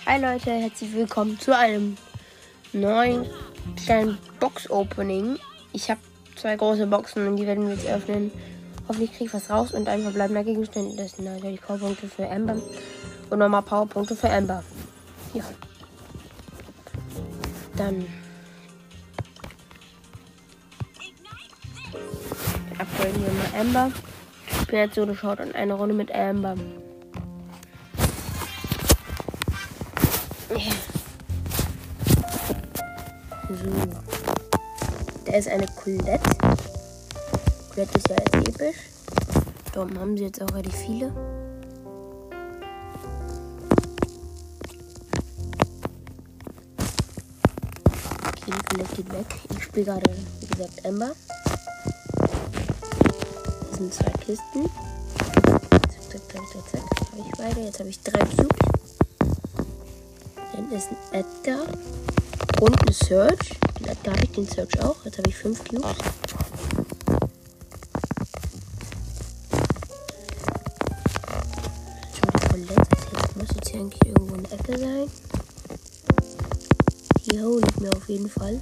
Hi Leute, herzlich willkommen zu einem neuen kleinen Box-Opening. Ich habe 2 große Boxen und die werden wir jetzt öffnen. Hoffentlich kriege ich was raus und ein verbleibender Gegenstand. Das sind natürlich Powerpunkte für Amber und nochmal Powerpunkte für Amber. Ja. Dann upgraden wir mal Amber. Ich bin jetzt so geschaut an eine Runde mit Amber. So. Da ist eine Colette. Colette ist ja jetzt episch. Darum haben sie jetzt auch relativ viele. Okay, die Colette geht weg. Ich spiele gerade, wie gesagt, Amber. Das sind 2 Kisten. Zack. Habe ich beide. Jetzt habe ich 3 Cubes. Dann ist ein Edgar. Und ein Search. Da habe ich den Search auch. Jetzt habe ich 5 Cubes. So, die Colette. Jetzt muss jetzt hier eigentlich irgendwo eine Ecke sein. Die hole ich mir auf jeden Fall.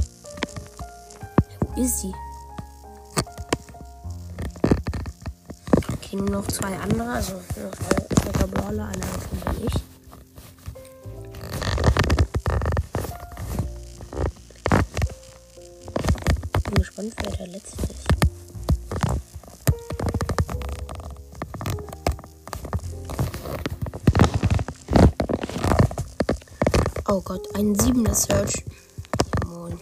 Wo ist sie? Okay, nur noch 2 andere. Also noch 2 Brawler. Einer davon bin ich. Ich bin gespannt, wer der letzte ist. Oh Gott, ein 7er Search. Jawohl.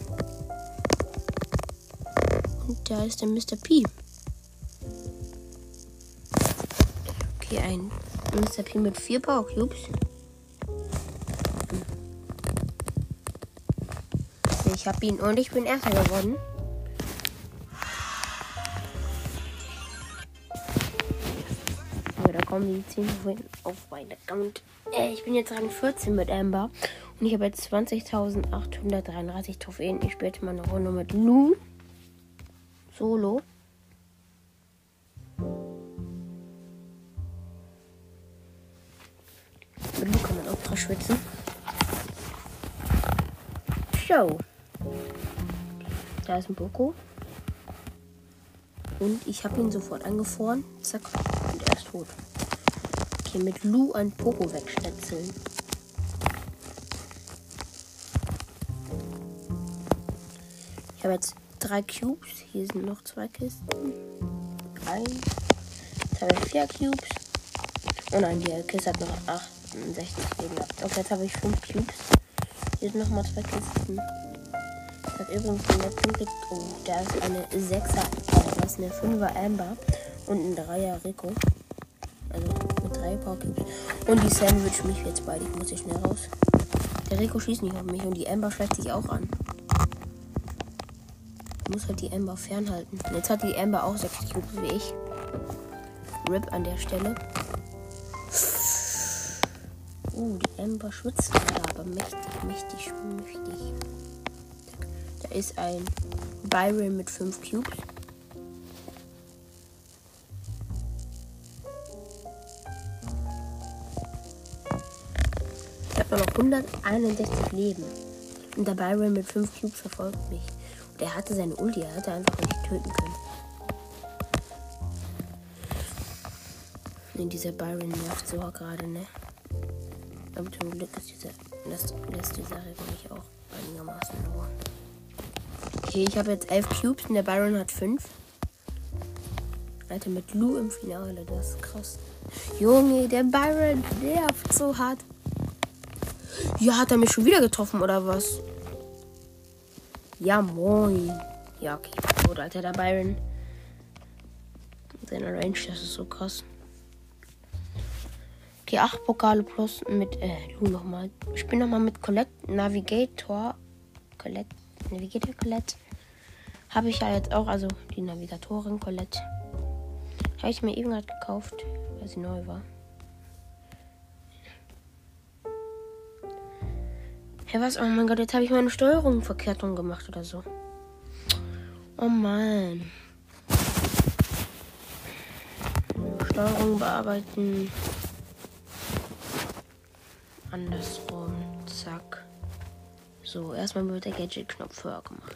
Und da ist der Mr. P. Okay, ein Mr. P mit 4 Power Cubes. Ich habe ihn und ich bin Erster geworden. Da kommen die 10 auf meinen Account. Ich bin jetzt Rang 14 mit Amber. Und ich habe jetzt 20.833 Trophäen. Ich spiele jetzt mal eine Runde mit Lu. Solo. Mit Lu kann man auch drauf schwitzen. Show. Da ist ein Poco. Und ich habe ihn sofort angefroren. Zack. Und er ist tot. Okay, mit Lu ein Poco wegschnetzeln. Ich habe jetzt 3 Cubes. Hier sind noch 2 Kisten. 1. Jetzt habe ich 4 Cubes. Oh nein, die Kiste hat noch 68 Leben gehabt. Okay, jetzt habe ich 5 Cubes. Hier sind nochmal 2 Kisten. Das hat übrigens den letzten Blick. Oh, da ist eine 6er, was eine 5er Amber und ein 3er Rico. Also mit 3 Power Cubes. Und die Sandwich mich jetzt beide. Ich muss hier schnell raus. Der Rico schießt nicht auf mich und die Amber schleicht sich auch an. Ich muss halt die Amber fernhalten. Und jetzt hat die Amber auch 6 Cubes wie ich. RIP an der Stelle. Die Amber schwitzt gerade, aber mächtig. Da ist ein Byron mit 5 Cubes. Ich habe noch 161 Leben. Und der Byron mit 5 Cubes verfolgt mich. Und er hatte seine Ulti, er hätte einfach nicht töten können. Und dieser Byron nervt so gerade, ne? Aber zum Glück ist lässt dieser Regel mich auch einigermaßen in Ruhe. Okay, ich habe jetzt 11 Cubes und der Byron hat 5. Alter, mit Lu im Finale, das ist krass. Junge, der Byron nervt so hart. Ja, hat er mich schon wieder getroffen, oder was? Ja, moin. Ja, okay. Gut, Alter, der Byron. Seine Range, das ist so krass. Okay, 8 Pokale plus mit Lu nochmal. Ich spiele nochmal mit Colette. Navigator Colette. Habe ich ja jetzt auch, also die Navigatorin Colette. Habe ich mir eben gerade gekauft, weil sie neu war. Hey, was? Oh mein Gott, jetzt habe ich meine Steuerung verkehrt rum gemacht oder so. Oh Mann. Steuerung bearbeiten. Andersrum. So, erstmal wird der Gadget-Knopf höher gemacht.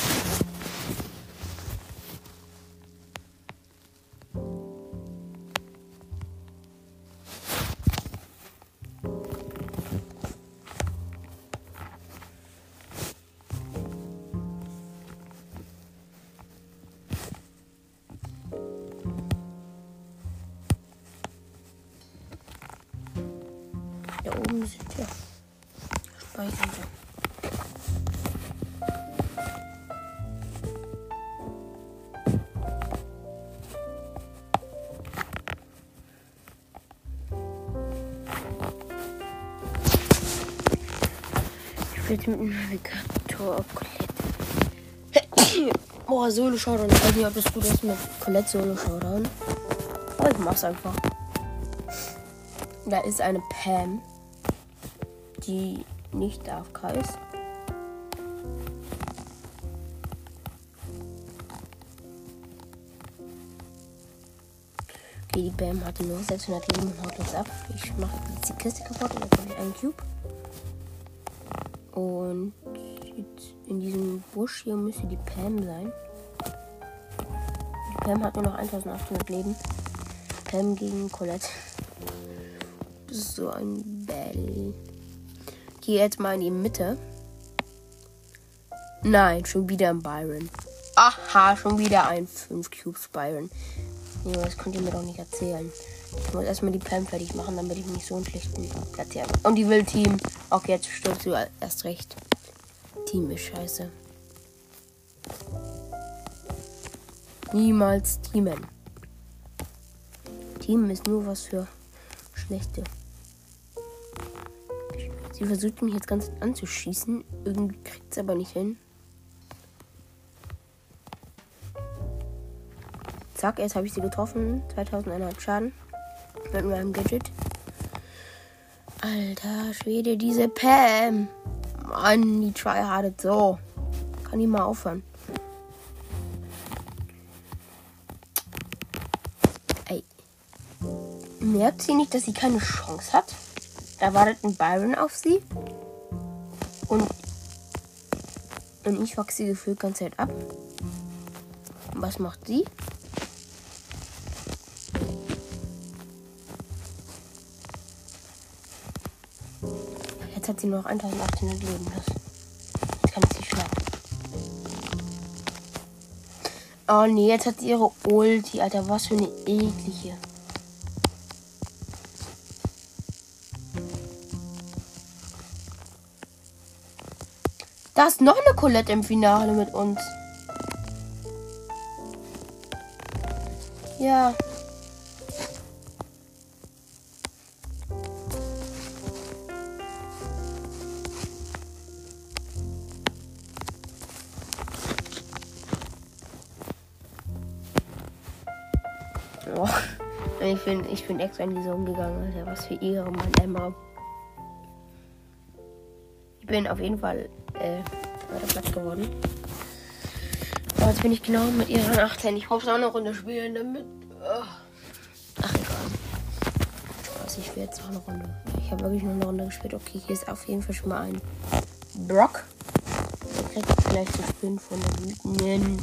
Da oben sind ja Speicher. Ich will mit dem Navigator auf Colette. Boah, Solo-Showdown. Ich weiß nicht, ob das gut ist mit Colette Solo-Showdown. Aber ich mach's einfach. Da ist eine Pam, die nicht AFK ist. Okay, die Pam hatte nur 600 Leben und haut uns ab. Ich mache jetzt die Kiste kaputt und dann habe ich einen Cube. Und jetzt in diesem Busch hier müsste die Pam sein. Die Pam hat nur noch 1800 Leben. Pam gegen Colette. Das ist so ein Bell. Ich gehe jetzt mal in die Mitte. Nein, schon wieder ein Byron. Aha, schon wieder ein 5 Cubes Byron. Ja, das könnt ihr mir doch nicht erzählen. Ich muss erstmal die Pam fertig machen, damit ich nicht so einen schlechten Platz hier habe. Und die will Team. Auch jetzt stirbst du erst recht. Team ist scheiße. Niemals teamen. Team ist nur was für Schlechte. Sie versucht mich jetzt ganz anzuschießen. Irgendwie kriegt es aber nicht hin. Zack, jetzt habe ich sie getroffen. 2100 Schaden. Mit meinem Gadget. Alter Schwede, diese Pam. Mann, die tryhardet so. Kann die mal aufhören. Ey. Merkt sie nicht, dass sie keine Chance hat? Da wartet ein Byron auf sie. Und ich wachse sie gefühlt ganz Zeit ab. Und was macht sie? Jetzt hat sie nur noch 1800 Leben. Das kann ich nicht schlagen. Oh nee, jetzt hat sie ihre Ulti. Alter, was für eine eklige. Da ist noch eine Colette im Finale mit uns. Ja. Oh. Ich bin extra in die Zone gegangen, Alter. Was für Ehre, Mann, Emma. Ich bin auf jeden Fall zweiter Platz geworden. Aber jetzt bin ich genau mit ihren 18. Ich hoffe, auch eine Runde spielen damit. Ach, egal. Also ich will jetzt noch eine Runde. Ich habe wirklich nur eine Runde gespielt. Okay, hier ist auf jeden Fall schon mal ein Brock. Der kriegt vielleicht zu spielen von der wütenden.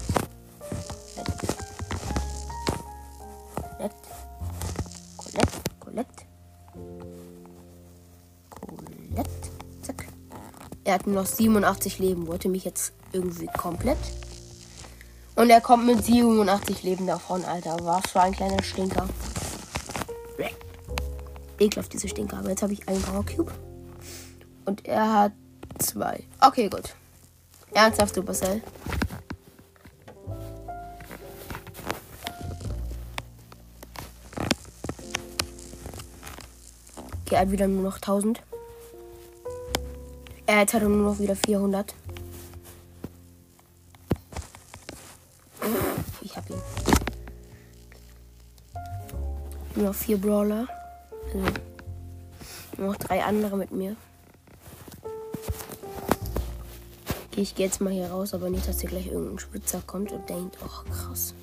Colette. Zack. Er hat nur noch 87 Leben. Wollte mich jetzt irgendwie komplett. Und er kommt mit 87 Leben davon, Alter. Was für ein kleiner Stinker. Ekelhaft, diese Stinker. Aber jetzt habe ich einen Power Cube. Und er hat 2. Okay, gut. Ernsthaft, Supercell. Okay, er hat wieder nur noch 1000. Jetzt hat er nur noch wieder 400. Ich hab ihn. Nur noch 4 Brawler. Also nur noch 3 andere mit mir. Okay, ich gehe jetzt mal hier raus, aber nicht, dass hier gleich irgendein Spitzer kommt und denkt, oh krass.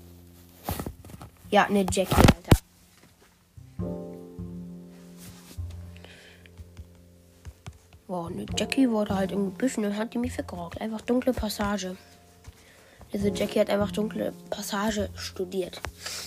Ja, ne Jackie, Alter. Wow, Und die Jackie wurde halt im Gebüsch und hat die mich weggerockt. Einfach dunkle Passage. Also Jackie hat einfach dunkle Passage studiert.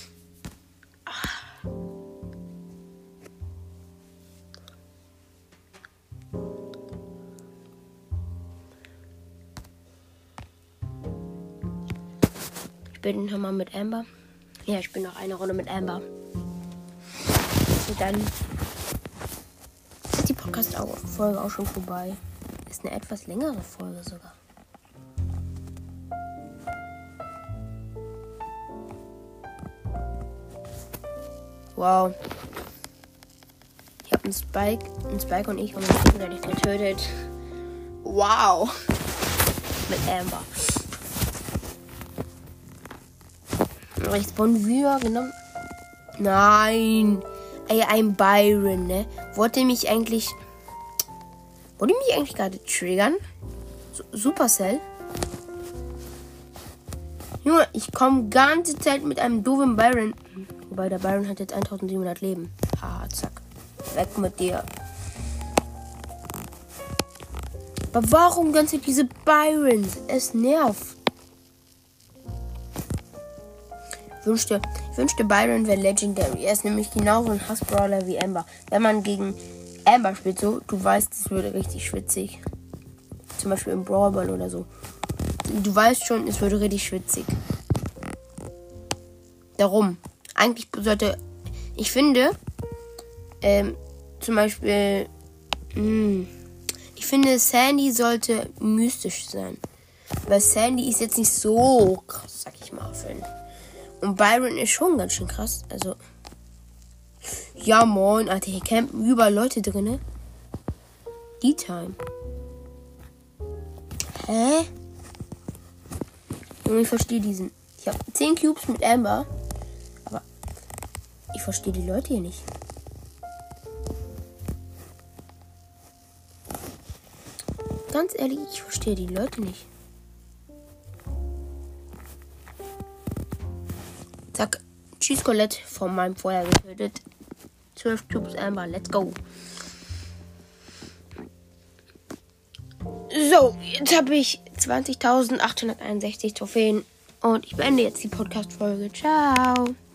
Ich bin nochmal mit Amber. Ja, ich bin noch eine Runde mit Amber. Und dann ist die Podcast-Folge auch schon vorbei. Ist eine etwas längere Folge sogar. Wow. Ich habe einen Spike und ich haben uns gegenseitig getötet. Wow. Mit Amber. Ich spawn wieder genommen. Nein. Ey, ein Byron, ne? Wollte mich eigentlich gerade triggern? Supercell? Junge, ich komme ganze Zeit mit einem doofen Byron. Wobei der Byron hat jetzt 1700 Leben. Haha, zack. Weg mit dir. Aber warum ganze diese Byrons? Es nervt. Ich wünschte Byron wäre Legendary. Er ist nämlich genau so ein Hassbrawler wie Amber. Wenn man gegen Amber spielt, so, du weißt, es würde richtig schwitzig. Zum Beispiel im Brawl Ball oder so. Du weißt schon, es würde richtig schwitzig. Darum. Eigentlich sollte, ich finde, zum Beispiel, ich finde, Sandy sollte mystisch sein. Weil Sandy ist jetzt nicht so krass, sag ich mal, finde. Und Byron ist schon ganz schön krass. Also. Ja, moin, Alter. Hier campen überall Leute drin. Die Time. Hä? Und ich verstehe diesen. Ich habe 10 Cubes mit Amber. Aber ich verstehe die Leute hier nicht. Ganz ehrlich, ich verstehe die Leute nicht. Zack, tschüss Colette von meinem Feuer getötet. 12 Cubes Amber, let's go. So, jetzt habe ich 20.861 Trophäen und ich beende jetzt die Podcast-Folge. Ciao.